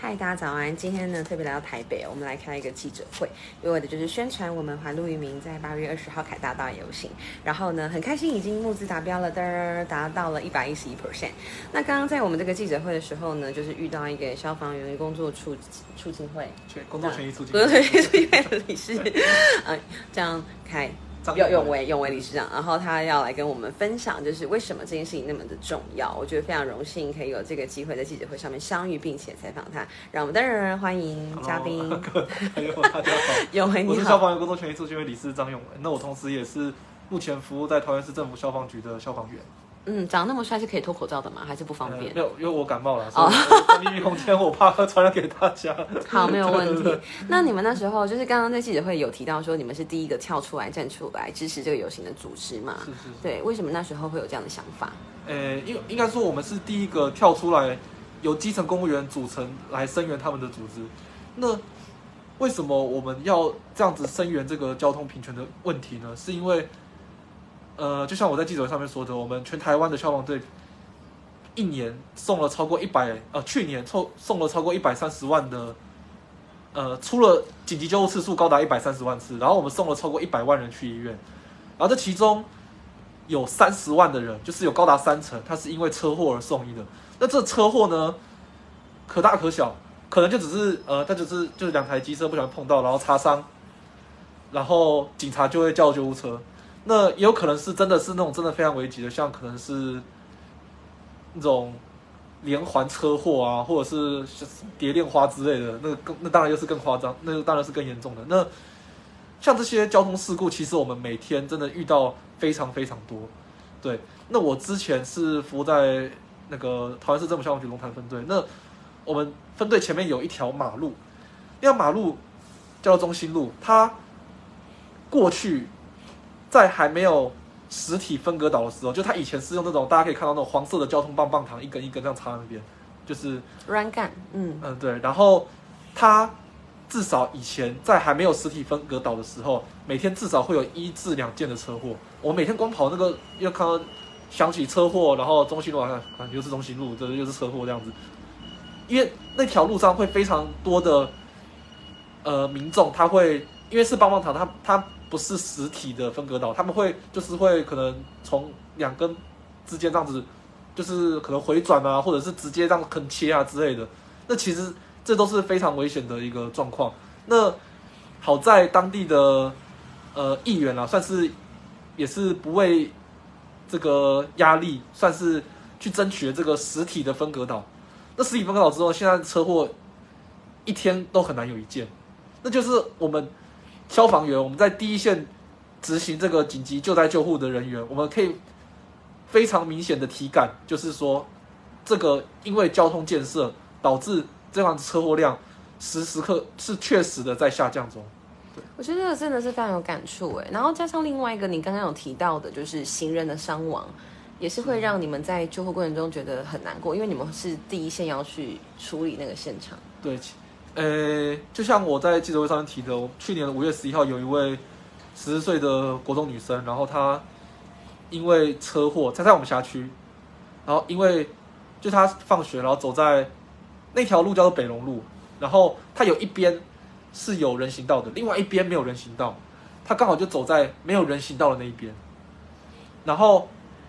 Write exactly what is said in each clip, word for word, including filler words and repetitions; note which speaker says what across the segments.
Speaker 1: 嗨，大家早安！今天呢，特别来到台北，我们来开一个记者会，为的就是宣传我们环路渔民在八月二十号凯大道游行。然后呢，很开心已经募资达标了，的达到了一百一十一 percent。那刚刚在我们这个记者会的时候呢，就是遇到一个消防员工作处促进会，
Speaker 2: 工作权益促进
Speaker 1: 工作权益促进会的理事，嗯，这样开。永永维永维理事长，然后他要来跟我们分享，就是为什么这件事情那么的重要。我觉得非常荣幸可以有这个机会在记者会上面相遇，并且采访他。让我们当然欢迎嘉宾。
Speaker 2: 还有大家好，
Speaker 1: 永维你好，
Speaker 2: 我是消防员工作权益促进会理事张永维。那我同时也是目前服务在桃园市政府消防局的消防员。
Speaker 1: 嗯，长那么帅是可以脱口罩的吗？还是不方便？
Speaker 2: 呃、没有，因为我感冒了，所以在密闭空间，我怕传染给大家。
Speaker 1: 好，没有问题。对对对，那你们那时候就是刚刚在记者会有提到说，你们是第一个跳出来站出来支持这个游行的组织嘛？
Speaker 2: 是是是。
Speaker 1: 对，为什么那时候会有这样的想法？
Speaker 2: 呃，应应该说我们是第一个跳出来由基层公务员组成来声援他们的组织。那为什么我们要这样子声援这个交通平权的问题呢？是因为呃，就像我在记者会上面说的，我们全台湾的消防队一年送了超过一百，呃，去年送送了超过一百三十万的，呃，出了紧急救护次数高达一百三十万次，然后我们送了超过一百万人去医院，然后这其中有三十万的人，就是有高达三成，他是因为车祸而送医的。那这车祸呢，可大可小，可能就只是呃，他就是就是两台机车不小心碰到，然后擦伤，然后警察就会叫救护车。那也有可能是真的是那种真的非常危急的，像可能是那种连环车祸啊，或者是蝶恋花之类的，那个更那当然又是更夸张，那个当然是更严重的。那像这些交通事故，其实我们每天真的遇到非常非常多。对，那我之前是服务在那个桃园市政府消防局龙潭分队，那我们分队前面有一条马路，那条马路叫做中心路，它过去在还没有实体分隔岛的时候，就它以前是用那种大家可以看到那种黄色的交通棒棒糖，一根一根这样插在那边，就是
Speaker 1: 软杆，嗯
Speaker 2: 嗯对。然后它至少以前在还没有实体分隔岛的时候，每天至少会有一至两件的车祸。我每天光跑那个，又看到想起车祸，然后中心路啊，又是中心路，这又是车祸这样子。因为那条路上会非常多的呃民众，他会因为是棒棒糖，他他。不是实体的分隔岛，他们会就是会可能从两根之间这样子，就是可能回转啊，或者是直接这样横切啊之类的。那其实这都是非常危险的一个状况。那好在当地的呃议员啊，算是也是不为这个压力，算是去争取了这个实体的分隔岛。那实体分隔岛之后，现在车祸一天都很难有一件，那就是我们消防员，我们在第一线执行这个紧急救灾救护的人员，我们可以非常明显的体感，就是说，这个因为交通建设导致这样的车祸量时时刻是确实的在下降中。
Speaker 1: 我觉得这个真的是非常有感触哎，然后加上另外一个你刚刚有提到的，就是行人的伤亡，也是会让你们在救护过程中觉得很难过，因为你们是第一线要去处理那个现场。
Speaker 2: 对。呃，就像我在记者会上面提的，去年五月十一号有一位十岁的国中女生，然后她因为车祸，她在我们辖区，然后因为就她放学，然后走在那条路叫做北龙路，然后她有一边是有人行道的，另外一边没有人行道，她刚好就走在没有人行道的那一边，然后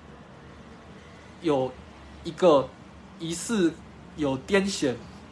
Speaker 2: 有一个疑似有癫痫。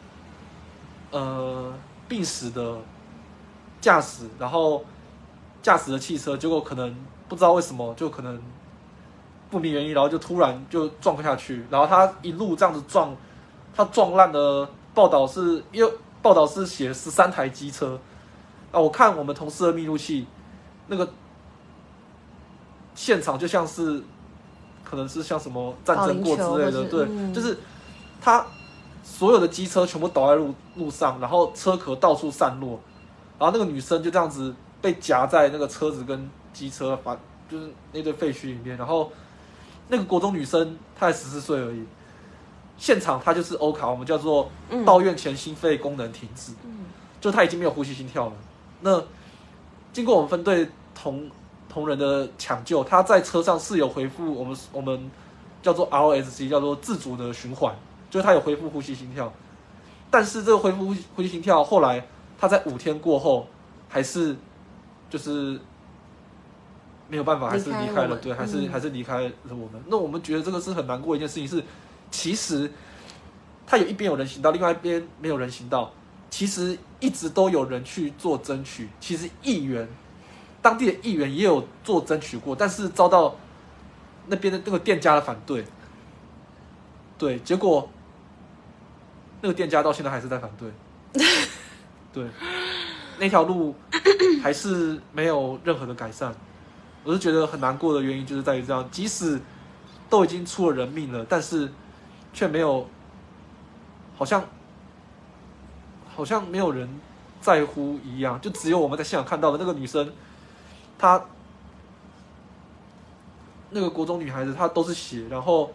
Speaker 2: 呃，病史的驾驶，然后驾驶的汽车，结果可能不知道为什么，就可能不明原因，然后就突然就撞下去，然后他一路这样子撞，他撞烂了。报道是，因为报道是写十三台机车啊，我看我们同事的密录器，那个现场就像是可能是像什么战争过之类的，对，嗯、就是他。所有的机车全部倒在路路上，然后车壳到处散落，然后那个女生就这样子被夹在那个车子跟机车，把就是那堆废墟里面。然后那个国中女生她才十四岁而已，现场她就是欧卡，我们叫做到院前心肺功能停止，嗯、就她已经没有呼吸心跳了。那经过我们分队同同仁的抢救，她在车上是有恢复我们我们叫做 R O S C， 叫做自主的循环。就是他有恢复呼吸心跳， 但是这个恢复呼吸心跳后来他在五天过后还是就是没有办法，还是离开了，对，还是、嗯、还是离开了我们。那我们觉得这个是很难过的一件事情是，其实他有一边有人行道，另外一边没有人行道，其实一直都有人去做争取，其实议员当地的议员也有做争取过，但是遭到那边的那个店家的反对，对，结果那个店家到现在还是在反对，对，那条路还是没有任何的改善。我是觉得很难过的原因就是在于这样，即使都已经出了人命了，但是却没有，好像好像没有人在乎一样，就只有我们在现场看到的那个女生，她那个国中女孩子，她都是血，然后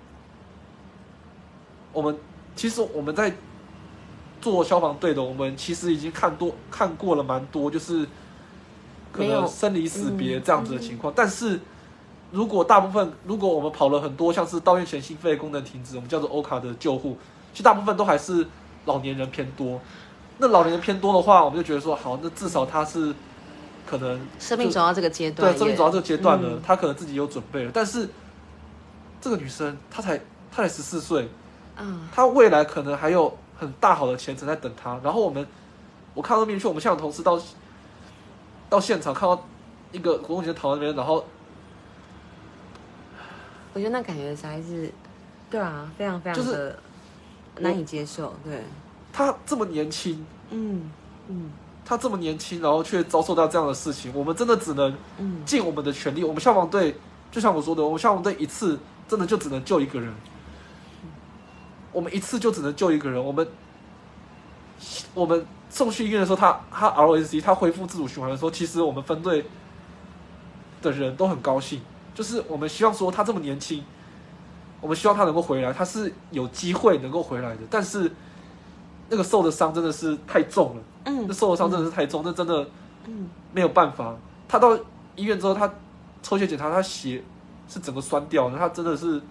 Speaker 2: 我们其实我们在做消防队的，我们其实已经看多看过了蛮多，就是可能生离死别这样子的情况，嗯嗯、但是如果大部分，如果我们跑了很多像是到院前心肺功能停止，我们叫做欧卡的救护，其实大部分都还是老年人偏多。那老年人偏多的话，我们就觉得说，好，那至少他是可能
Speaker 1: 生命走到这个阶段，
Speaker 2: 对，生命走到这个阶段了，嗯、他可能自己有准备了。但是这个女生，她才她才十四岁，嗯，她未来可能还有很大好的前程在等她。然后我们，我看到面去，我们现场同事到。到现场看到一个国中生躺在那边，然后
Speaker 1: 我觉得那感觉实在是，对啊，非常非常的难以接受。对，
Speaker 2: 他这么年轻，
Speaker 1: 嗯嗯，
Speaker 2: 他这么年轻，然后却遭受到这样的事情，我们真的只能尽我们的全力。我们消防队就像我说的，我们消防队一次真的就只能救一个人，我们一次就只能救一个人。我们我们。送去医院的时候，他他 R O S C 他恢复自主循环的时候，其实我们分队的人都很高兴，就是我们希望说他这么年轻，我们希望他能够回来，他是有机会能够回来的。但是那个受的伤真的是太重了，嗯，那受的伤真的是太重，那真的没有办法。他到医院之后，他抽血检查，他血是整个酸掉的，他真的是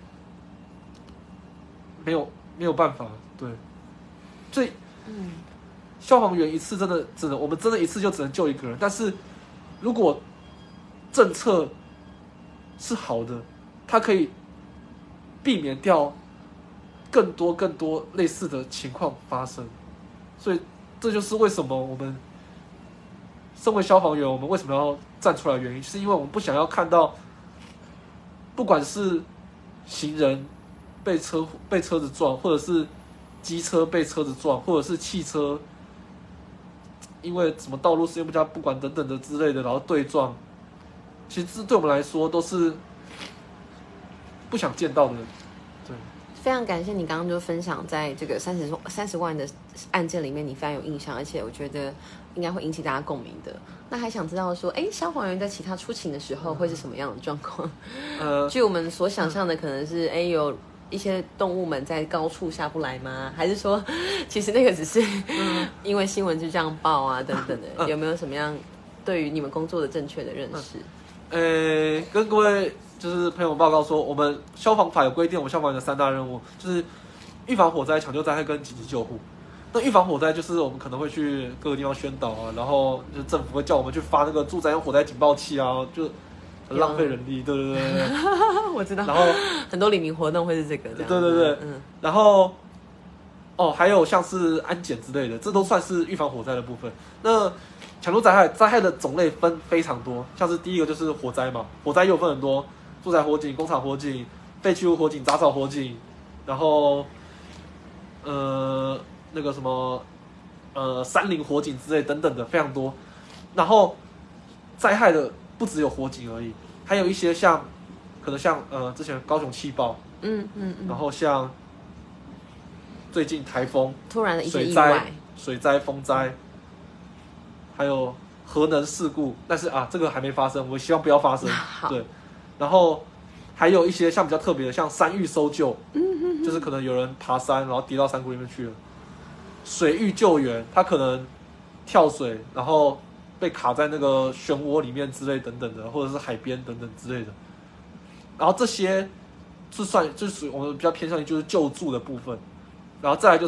Speaker 2: 没有没有办法，对，所以嗯。消防员一次真的只能，我们真的一次就只能救一个人。但是，如果政策是好的，它可以避免掉更多更多类似的情况发生。所以，这就是为什么我们身为消防员，我们为什么要站出来的原因，是因为我们不想要看到，不管是行人被车被车子撞，或者是机车被车子撞，或者是汽车。因为什么道路使用不佳，不管等等的之类的，然后对撞，其实对我们来说都是不想见到的。对，
Speaker 1: 非常感谢你刚刚就分享在这个三十三十万的案件里面，你非常有印象，而且我觉得应该会引起大家共鸣的。那还想知道说，哎，消防员在其他出勤的时候会是什么样的状况？呃，据我们所想象的，可能是哎有。一些动物们在高处下不来吗？还是说，其实那个只是因为新闻就这样报啊，等等的？有没有什么样对于你们工作的正确的认识？
Speaker 2: 呃，跟各位就是朋友报告说，我们消防法有规定，我们消防员的三大任务就是预防火灾、抢救灾害跟紧急救护。那预防火灾就是我们可能会去各个地方宣导啊，然后就政府会叫我们去发那个住宅用火灾警报器啊，就。很浪费人力，对对对对，
Speaker 1: 我知道。
Speaker 2: 然后
Speaker 1: 很多黎明活动会是这个，这样。
Speaker 2: 对对对，嗯。然后，哦，还有像是安检之类的，这都算是预防火灾的部分。那抢救灾害，灾害的种类分非常多，像是第一个就是火灾嘛，火灾又分很多，住宅火警、工厂火警、废弃物火警、杂草火警，然后，呃，那个什么，呃，山林火警之类等等的非常多。然后，灾害的。不只有火警而已，还有一些像，可能像呃之前高雄气爆，嗯嗯嗯，然后像最近台风，
Speaker 1: 突然的一些
Speaker 2: 意外，水灾、风灾，还有核能事故，但是啊这个还没发生，我希望不要发生。对，然后还有一些像比较特别的，像山域搜救，嗯嗯，就是可能有人爬山然后跌到山谷里面去了，水域救援，他可能跳水，然后。被卡在那个漩涡里面之类等等的，或者是海边等等之类的，然后这些是算就是属于我们比较偏向于就是救助的部分，然后再来就是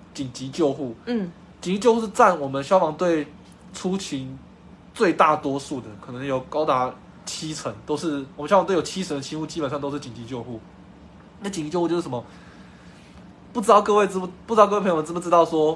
Speaker 2: 紧急救护，
Speaker 1: 嗯，
Speaker 2: 紧急救护是占我们消防队出勤最大多数的，可能有高达七成都是我们消防队有七成的勤务基本上都是紧急救护。那紧急救护就是什么？不知道各位知不不知道各位朋友们知不知道说，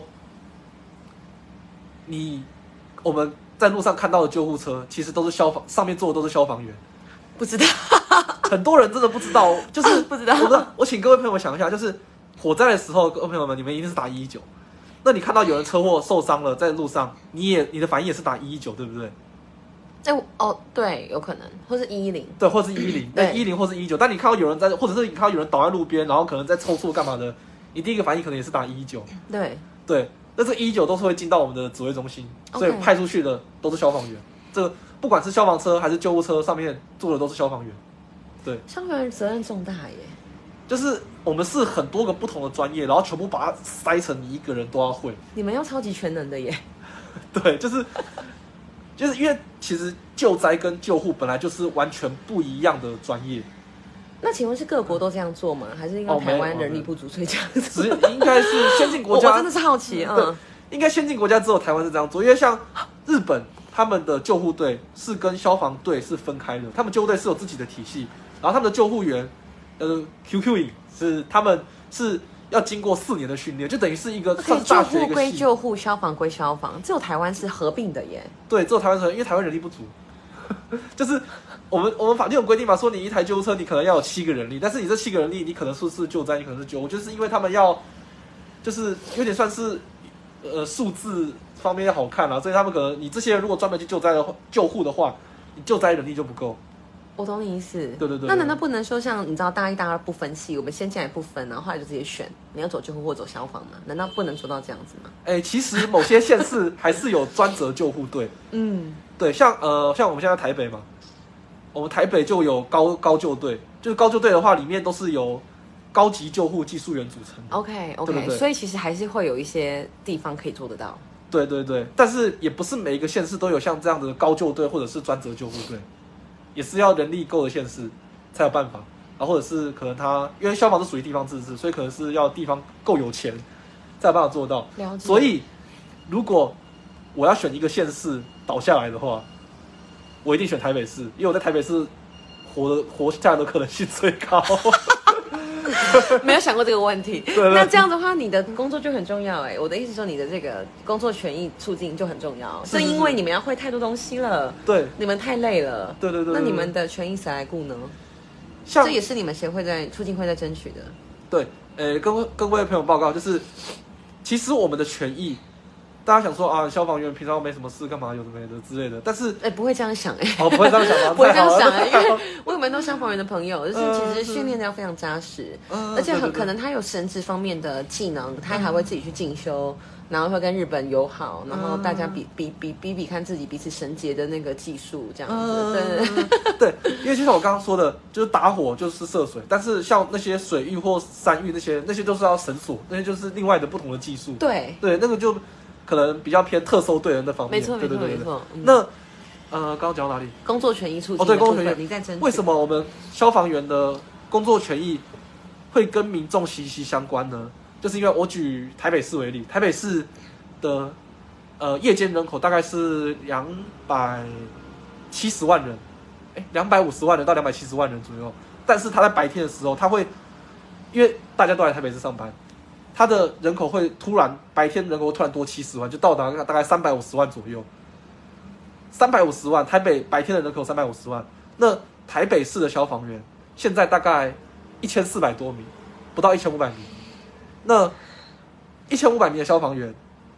Speaker 2: 你我们在路上看到的救护车，其实都是消防上面坐的都是消防员。
Speaker 1: 不知道，
Speaker 2: 很多人真的不知道，就是
Speaker 1: 不知道。
Speaker 2: 我我请各位朋友想一下，就是火灾的时候，各位朋友们，你们一定是打一一九。那你看到有人车祸受伤了，在路上，你也你的反应也是打一一九，对不对？
Speaker 1: 哎，哦，对，有可能，或是一一零，
Speaker 2: 对，或是一一零，对，一一零或是一一九。但你看到有人在，或者是你看到有人倒在路边，然后可能在抽搐干嘛的，你第一个反应可能也是打一一九。
Speaker 1: 对
Speaker 2: 对，那这一一九都是会进到我们的指挥中心，所以派出去的都是消防员。这个不管是消防车还是救护车，上面坐的都是消防员。对，
Speaker 1: 消防员责任重大耶。
Speaker 2: 就是我们是很多个不同的专业，然后全部把它塞成你一个人都要会。
Speaker 1: 你们要超级全能的耶。
Speaker 2: 对，就是就是因为其实救灾跟救护本来就是完全不一样的专业。
Speaker 1: 那请问是各国都这样做吗？还是因为台湾人力不足所以这样子？
Speaker 2: 应该是先进国家。
Speaker 1: 我真的是好奇，嗯，
Speaker 2: 应该先进国家只有台湾是这样做，因为像日本他们的救护队是跟消防队是分开的，他们救护队是有自己的体系，然后他们的救护员呃 Q Q 营是他们是要经过四年的训练，就等于是一个算是大学一个系。
Speaker 1: 救护归救护，消防归消防，只有台湾是合并的耶。
Speaker 2: 对，只有台湾是，因为台湾人力不足，就是我们我们法律有规定嘛，说你一台救护车你可能要有七个人力，但是你这七个人力你可能说是救灾，你可能是救护，就是因为他们要就是有点算是呃数字方面要好看啦，所以他们可能你这些人如果专门去救灾的话救护的话，你救灾人力就不够。
Speaker 1: 我懂你意思。
Speaker 2: 对对对。
Speaker 1: 那难道不能说像你知道大一、大二不分系，我们先进来不分，然后后来就直接选你要走救护或走消防吗？难道不能做到这样子吗？
Speaker 2: 哎、欸，其实某些县市还是有专责救护队。嗯，对，像呃像我们现在台北嘛，我们台北就有高高救队，就是高救队的话，里面都是由高级救护技术员组成。
Speaker 1: OK OK，
Speaker 2: 对对对，
Speaker 1: 所以其实还是会有一些地方可以做得到。
Speaker 2: 对对对，但是也不是每一个县市都有像这样的高救队或者是专责救护队。也是要人力够的县市才有办法，啊，或者是可能他因为消防是属于地方自治，所以可能是要地方够有钱才有办法做到。
Speaker 1: 了解。
Speaker 2: 所以如果我要选一个县市倒下来的话，我一定选台北市，因为我在台北市活的活下来的可能性最高。
Speaker 1: 没有想过这个问题。
Speaker 2: 对对对，
Speaker 1: 那这样的话，你的工作就很重要哎。我的意思说，你的这个工作权益促进就很重要，是因为你们要会太多东西了。
Speaker 2: 对，
Speaker 1: 你们太累了。
Speaker 2: 对对 对, 对。
Speaker 1: 那你们的权益谁来顾呢？
Speaker 2: 像
Speaker 1: 这也是你们协会在促进会在争取的。
Speaker 2: 对，呃，跟跟各位朋友报告，就是其实我们的权益。大家想说啊，消防员平常没什么事，干嘛有的没的之类的，但是
Speaker 1: 哎、欸，不会这样想哎、欸，
Speaker 2: 哦，不会这样想吗？
Speaker 1: 不会这样想哎、欸，因为我有蛮多消防员的朋友，就是其实训练的要非常扎实，
Speaker 2: 呃、
Speaker 1: 而且很
Speaker 2: 对对对
Speaker 1: 可能他有神职方面的技能，他还会自己去进修，然后会跟日本友好，然后大家比比比比比看自己彼此绳结的那个技术这样子，
Speaker 2: 呃、
Speaker 1: 对
Speaker 2: 对，因为就像我刚刚说的，就是打火就是涉水，但是像那些水域或山域那些，那些都是要绳索，那些就是另外的不同的技术，
Speaker 1: 对
Speaker 2: 对，那个就。可能比较偏特搜队的那方面，
Speaker 1: 没错没错没错。
Speaker 2: 那呃，刚刚讲到哪里？
Speaker 1: 工作权益促进
Speaker 2: 哦，对，工作权益
Speaker 1: 你在争取。
Speaker 2: 为什么我们消防员的工作权益会跟民众息息相关呢？就是因为我举台北市为例，台北市的呃夜间人口大概是两百七十万人，哎，两百五十万人到两百七十万人左右。但是他在白天的时候，他会因为大家都来台北市上班。它的人口会突然白天人口突然多七十万，就到达大概三百五十万左右。三百五十万，台北白天的人口三百五十万，那台北市的消防员现在大概一千四百多名，不到一千五百名。那一千五百名的消防员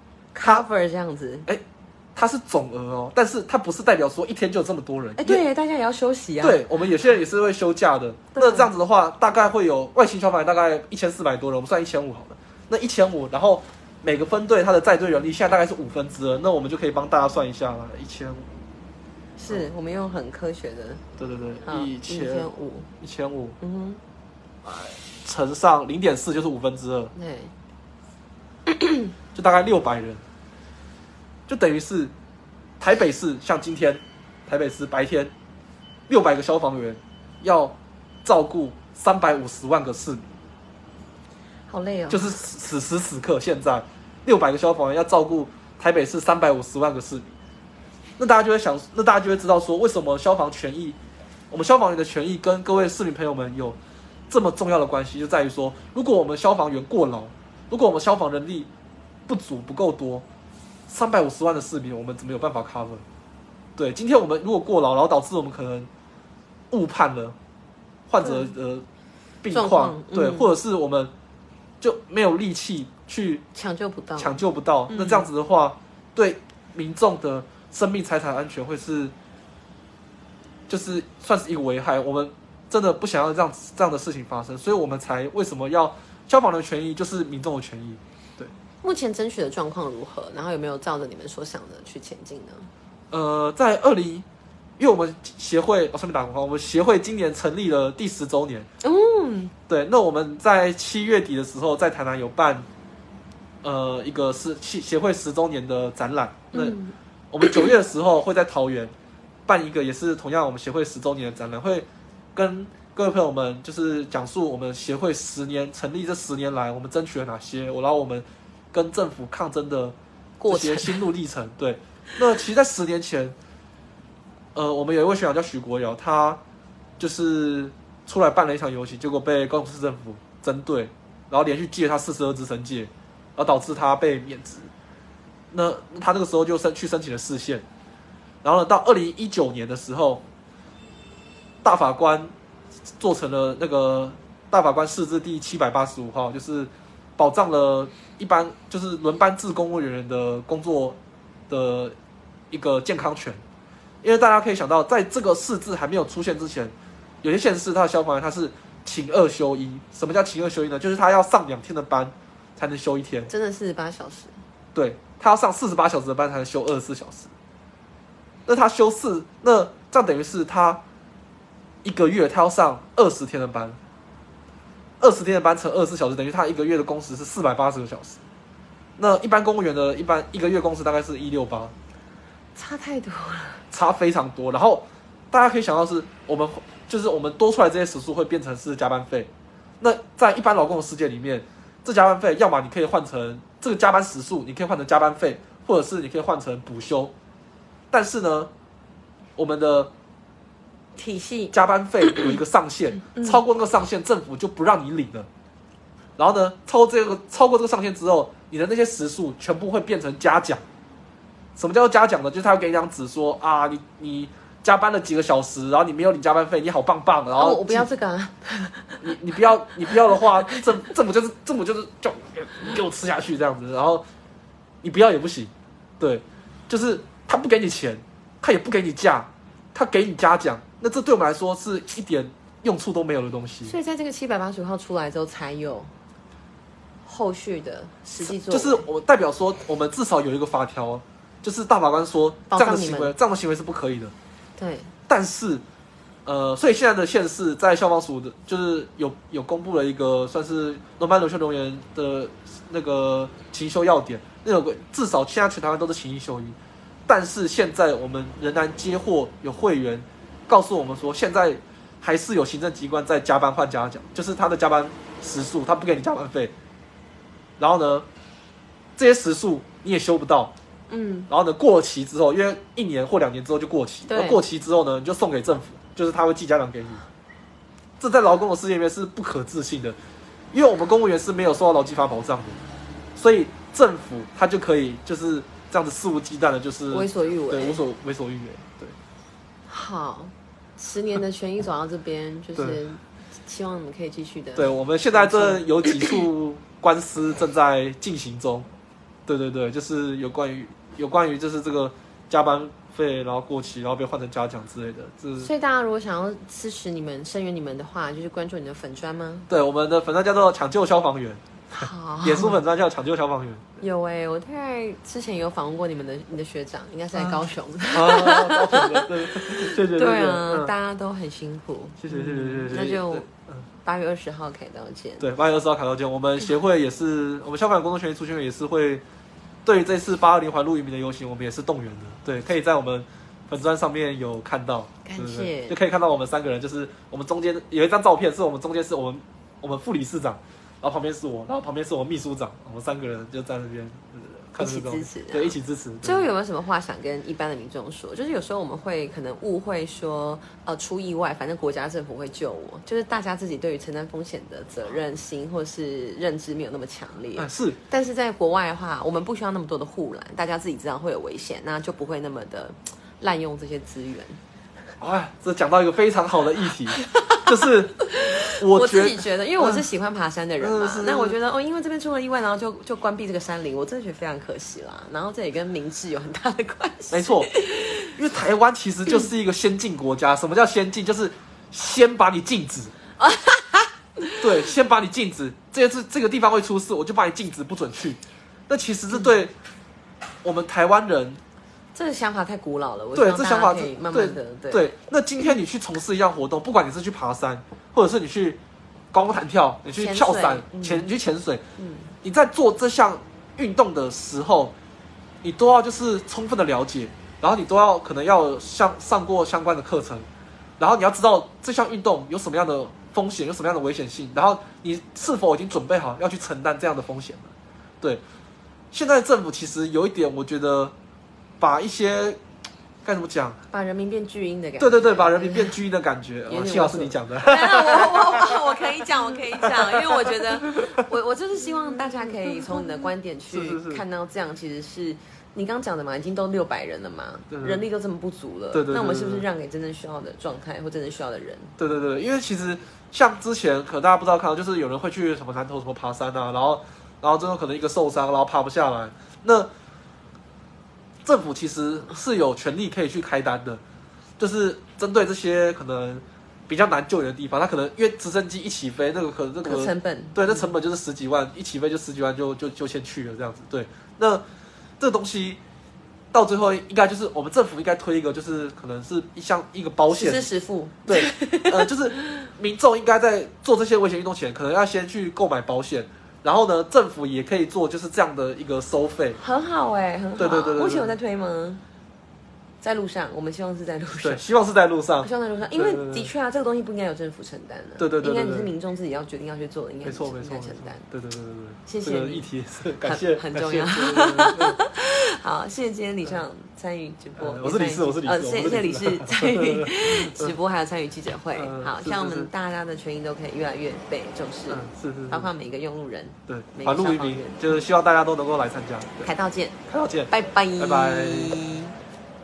Speaker 1: cover 这样子，
Speaker 2: 哎，它是总额哦，但是它不是代表说一天就有这么多人。
Speaker 1: 哎，对，大家也要休息啊。
Speaker 2: 对，我们有些人也是会休假的。那这样子的话，大概会有外勤消防员大概一千四百多人，我们算一千五好了。那一千五，然后每个分队它的在队人力现在大概是五分之二，那我们就可以帮大家算一下了，一千五。
Speaker 1: 是、嗯、我们用很科学的。
Speaker 2: 对对对，一千
Speaker 1: 五，
Speaker 2: 一千五，
Speaker 1: 嗯
Speaker 2: 哼，乘上零点四就是五分之二，
Speaker 1: 对，
Speaker 2: 就大概六百人，就等于是台北市像今天台北市白天六百个消防员要照顾三百五十万个市民。
Speaker 1: 好累哦。
Speaker 2: 就是此时此刻，现在六百个消防员要照顾台北市三百五十万个市民，那大家就会想，那大家就会知道说，为什么消防权益，我们消防员的权益跟各位市民朋友们有这么重要的关系，就在于说，如果我们消防员过劳，如果我们消防人力不足不够多，三百五十万的市民，我们怎么有办法 cover？ 对，今天我们如果过劳，然后导致我们可能误判了患者的病况，对，嗯、或者是我们就没有力气去
Speaker 1: 抢救不到，
Speaker 2: 抢救不到，嗯、那这样子的话，对民众的生命财产安全会是，就是算是一个危害。我们真的不想要这样这样的事情发生，所以我们才为什么要消防的权益就是民众的权益。对，
Speaker 1: 目前争取的状况如何？然后有没有照着你们所想的去前进呢？
Speaker 2: 呃，在二零，因为我们协会，我、哦、顺便打广告，我们协会今年成立了第十周年。嗯，对，那我们在七月底的时候，在台南有办，呃，一个是协会十周年的展览。那我们九月的时候会在桃园办一个，也是同样我们协会十周年的展览，会跟各位朋友们就是讲述我们协会十年成立这十年来，我们争取了哪些，然后我们跟政府抗争的这些心路历程。对。那其实，在十年前，呃，我们有一位学长叫许国尧，他就是出来办了一场游行，结果被高雄市政府针对，然后连续记了他四十二支申诫，然后导致他被免职。那他那个时候就申去申请了释宪，然后呢，到二零一九年的时候，大法官做成了那个大法官释字第七百八十五号，就是保障了一般就是轮班制公务人员的工作的一个健康权，因为大家可以想到，在这个释字还没有出现之前，有些县市它的消防员他是勤二休一。什么叫勤二休一呢？就是他要上两天的班才能休一天，
Speaker 1: 真的四十八小时。
Speaker 2: 对，他要上四十八小时的班才能休二十四小时。那他休四，那这样等于是他一个月他要上二十天的班，二十天的班乘二十四小时，等于他一个月的工时是四百八十个小时。那一般公务员的一般一个月工时大概是一六八，
Speaker 1: 差太多了，
Speaker 2: 差非常多。然后大家可以想到是，我们就是我们多出来这些时数会变成是加班费。那在一般劳工的世界里面，这加班费要么你可以换成这个加班时数，你可以换成加班费，或者是你可以换成补休。但是呢，我们的
Speaker 1: 体系
Speaker 2: 加班费有一个上限，超过那个上限，政府就不让你领了。然后呢，超过这个超过这个上限之后，你的那些时数全部会变成嘉奖。什么叫做嘉奖呢？就是他会给你张纸说啊，你你加班了几个小时，然后你没有领加班费，你好棒棒。然后、
Speaker 1: 哦、我不要这个、啊，
Speaker 2: 你你不要你不要的话，政政府就是政府就是叫你给我吃下去这样子。然后你不要也不行，对，就是他不给你钱，他也不给你假，他给你嘉奖，那这对我们来说是一点用处都没有的东西。
Speaker 1: 所以在这个七百八十五号出来之后，才有后续的实际作为，
Speaker 2: 就是我代表说，我们至少有一个法条，就是大法官说这样的行为，这样的行为是不可以的。
Speaker 1: 对。
Speaker 2: 但是，呃，所以现在的县市在消防署的，就是有有公布了一个算是轮班轮休人员的那个勤休要点，那有个至少现在全台湾都是勤一休一。但是现在我们仍然接获有会员告诉我们说，现在还是有行政机关在加班换嘉奖，就是他的加班时数，他不给你加班费。然后呢，这些时数你也休不到，嗯，然后呢，过期之后，因为一年或两年之后就过期，那过期之后呢，你就送给政府，就是他会寄嘉奖给你。这在劳工的世界里面是不可置信的，因为我们公务员是没有受到劳基法保障的，所以政府他就可以就是这样子肆无忌惮的，就是
Speaker 1: 为所欲为，
Speaker 2: 对，无所为所欲为，对。
Speaker 1: 好，十年的权益走到这边，就是希望你们可以继续的。
Speaker 2: 对，我们现在这有几处官司正在进行中，对对对，就是有关于有关于就是这个加班费，然后过期，然后被换成嘉奖之类的。这
Speaker 1: 所以大家如果想要支持你们、声援你们的话，就是关注你的粉专吗？
Speaker 2: 对，我们的粉专叫做抢救消防员，
Speaker 1: 好，
Speaker 2: 脸书粉专叫抢救消防员。
Speaker 1: 有哎、欸，我大概之前有访问过你们的你的学长，应该是在高雄。
Speaker 2: 啊，高雄的，对，谢谢。
Speaker 1: 对啊，嗯、大家都很辛苦。
Speaker 2: 谢谢谢谢谢谢。
Speaker 1: 那就八月二十号凯道见。
Speaker 2: 对，八月二十号凯道见。我们协会也是，我们消防员工作权益促进会也是会对于这次八二零环路渔民的游行，我们也是动员的。对，可以在我们粉专上面有看到，
Speaker 1: 感谢，对对
Speaker 2: 就可以看到我们三个人，就是我们中间有一张照片，是我们中间是我们我们副理事长。然后旁边是我，然后旁边是我秘书长，我们三个人就在那边。
Speaker 1: 一起支持，
Speaker 2: 对，一起支持。
Speaker 1: 最后有没有什么话想跟一般的民众说？就是有时候我们会可能误会说，呃，出意外，反正国家政府会救我，就是大家自己对于承担风险的责任心或是认知没有那么强烈。
Speaker 2: 啊，是。
Speaker 1: 但是在国外的话，我们不需要那么多的护栏，大家自己知道会有危险，那就不会那么的滥用这些资源。
Speaker 2: 哎，这讲到一个非常好的议题，就是我
Speaker 1: 我自己觉得，因为我是喜欢爬山的人嘛，
Speaker 2: 嗯、
Speaker 1: 那我觉得哦，因为这边出了意外，然后就就关闭这个山林，我真的觉得非常可惜啦。然后这也跟民治有很大的关系。
Speaker 2: 没错，因为台湾其实就是一个先进国家。什么叫先进？就是先把你禁止。对，先把你禁止，这次这个地方会出事，我就把你禁止，不准去。那其实是对我们台湾人。
Speaker 1: 这个想法太古老了，我
Speaker 2: 对，这想法
Speaker 1: 可以慢慢的对。
Speaker 2: 对，那今天你去从事一样活动，不管你是去爬山，或者是你去高空弹跳，你去跳伞、潜、嗯、你去潜水，嗯，你在做这项运动的时候，你都要就是充分的了解，然后你都要可能要上上过相关的课程，然后你要知道这项运动有什么样的风险，有什么样的危险性，然后你是否已经准备好要去承担这样的风险了？对，现在政府其实有一点，我觉得。把一些该怎么讲？
Speaker 1: 把人民变巨婴的感觉。
Speaker 2: 对对对，把人民变巨婴的感觉。谢老师你讲的。
Speaker 1: 我我我我可以讲，我可以讲，因为我觉得我我就是希望大家可以从你的观点去看到，这样其实是你刚讲的嘛，已经都六百人了嘛，对对对，人力都这么不足了，对对对对，那我们是不是让给真正需要的状态或真正需要的人？对对对，因为其实像之前可能大家不知道看到，就是有人会去什么南投什么爬山啊，然后然后最后可能一个受伤，然后爬不下来，那。政府其实是有权利可以去开单的，就是针对这些可能比较难救援的地方，它可能因为直升机一起飞，那个可能那个成本，
Speaker 2: 对，那成本就是十几万，一起飞就十几万就就就先去了这样子。对，那这个东西到最后应该就是我们政府应该推一个，就是可能是一项一个保险，
Speaker 1: 实支实付。
Speaker 2: 对，呃，就是民众应该在做这些危险运动前，可能要先去购买保险。然后呢，政府也可以做就是这样的一个收费，
Speaker 1: 很好哎、欸，很好。
Speaker 2: 对对对 对, 對，
Speaker 1: 目前有在推吗？在路上，我们希望是在路上。
Speaker 2: 对，希望是在路上。
Speaker 1: 希望在路上，因为的确啊，这个东西不应该由政府承担的。
Speaker 2: 对对 对, 對, 對, 對，
Speaker 1: 应该你是民众自己要决定要去做的，应该
Speaker 2: 没错没
Speaker 1: 错承担。
Speaker 2: 对对对对对，
Speaker 1: 谢谢你。
Speaker 2: 这个议题是感谢，
Speaker 1: 很重要。好，谢谢今天李尚参与直播。
Speaker 2: 我是李四，我是李四。
Speaker 1: 呃，谢谢李四参与直播，还有参与记者会。好，希望我们大家的权益都可以越来越被重视。
Speaker 2: 嗯，是是。
Speaker 1: 包括每一个用路人。
Speaker 2: 对，反路于民，就是希望大家都能够来参加。
Speaker 1: 凯道见。
Speaker 2: 凯道见。
Speaker 1: 拜拜。
Speaker 2: 拜拜。